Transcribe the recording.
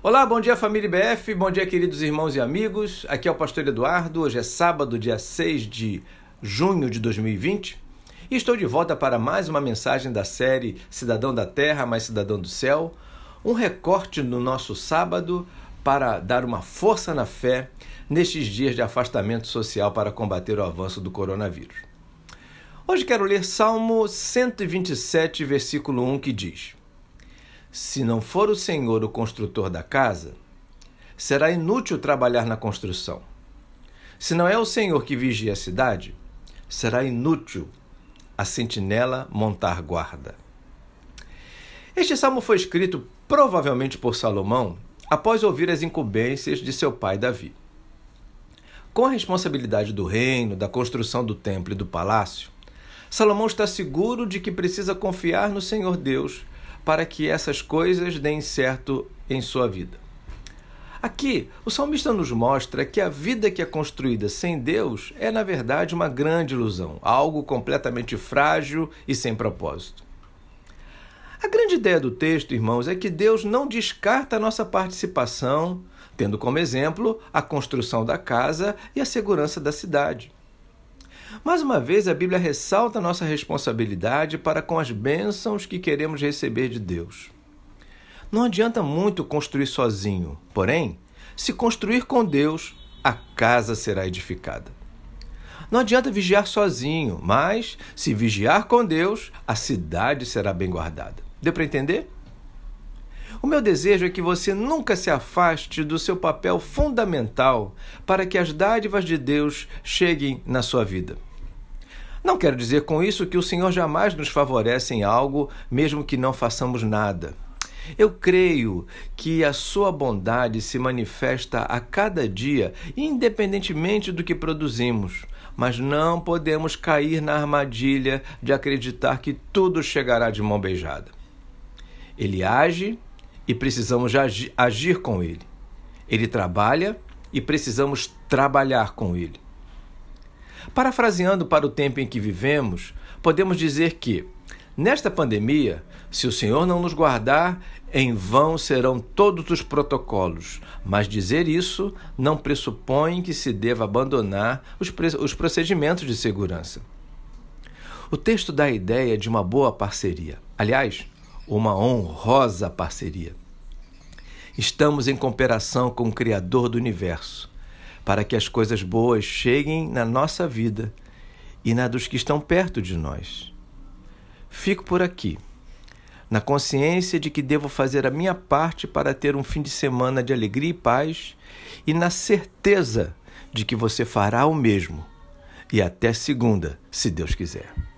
Olá, bom dia família IBF, bom dia queridos irmãos e amigos, aqui é o pastor Eduardo, hoje é sábado, dia 6 de junho de 2020 e estou de volta para mais uma mensagem da série Cidadão da Terra, mais Cidadão do Céu, um recorte no nosso sábado para dar uma força na fé nestes dias de afastamento social para combater o avanço do coronavírus. Hoje quero ler Salmo 127, versículo 1, que diz: Se não for o Senhor o construtor da casa, será inútil trabalhar na construção. Se não é o Senhor que vigia a cidade, será inútil a sentinela montar guarda. Este salmo foi escrito provavelmente por Salomão após ouvir as incumbências de seu pai Davi. Com a responsabilidade do reino, da construção do templo e do palácio, Salomão está seguro de que precisa confiar no Senhor Deus para que essas coisas deem certo em sua vida. Aqui, o salmista nos mostra que a vida que é construída sem Deus é, na verdade, uma grande ilusão, algo completamente frágil e sem propósito. A grande ideia do texto, irmãos, é que Deus não descarta a nossa participação, tendo como exemplo a construção da casa e a segurança da cidade. Mais uma vez, a Bíblia ressalta a nossa responsabilidade para com as bênçãos que queremos receber de Deus. Não adianta muito construir sozinho, porém, se construir com Deus, a casa será edificada. Não adianta vigiar sozinho, mas, se vigiar com Deus, a cidade será bem guardada. Deu para entender? O meu desejo é que você nunca se afaste do seu papel fundamental para que as dádivas de Deus cheguem na sua vida. Não quero dizer com isso que o Senhor jamais nos favorece em algo, mesmo que não façamos nada. Eu creio que a sua bondade se manifesta a cada dia, independentemente do que produzimos, mas não podemos cair na armadilha de acreditar que tudo chegará de mão beijada. Ele age e precisamos agir com ele. Ele trabalha e precisamos trabalhar com ele. Parafraseando para o tempo em que vivemos, podemos dizer que, nesta pandemia, se o Senhor não nos guardar, em vão serão todos os protocolos, mas dizer isso não pressupõe que se deva abandonar os procedimentos de segurança. O texto dá a ideia de uma boa parceria, aliás, uma honrosa parceria. Estamos em cooperação com o Criador do Universo, para que as coisas boas cheguem na nossa vida e na dos que estão perto de nós. Fico por aqui, na consciência de que devo fazer a minha parte para ter um fim de semana de alegria e paz e na certeza de que você fará o mesmo. E até segunda, se Deus quiser.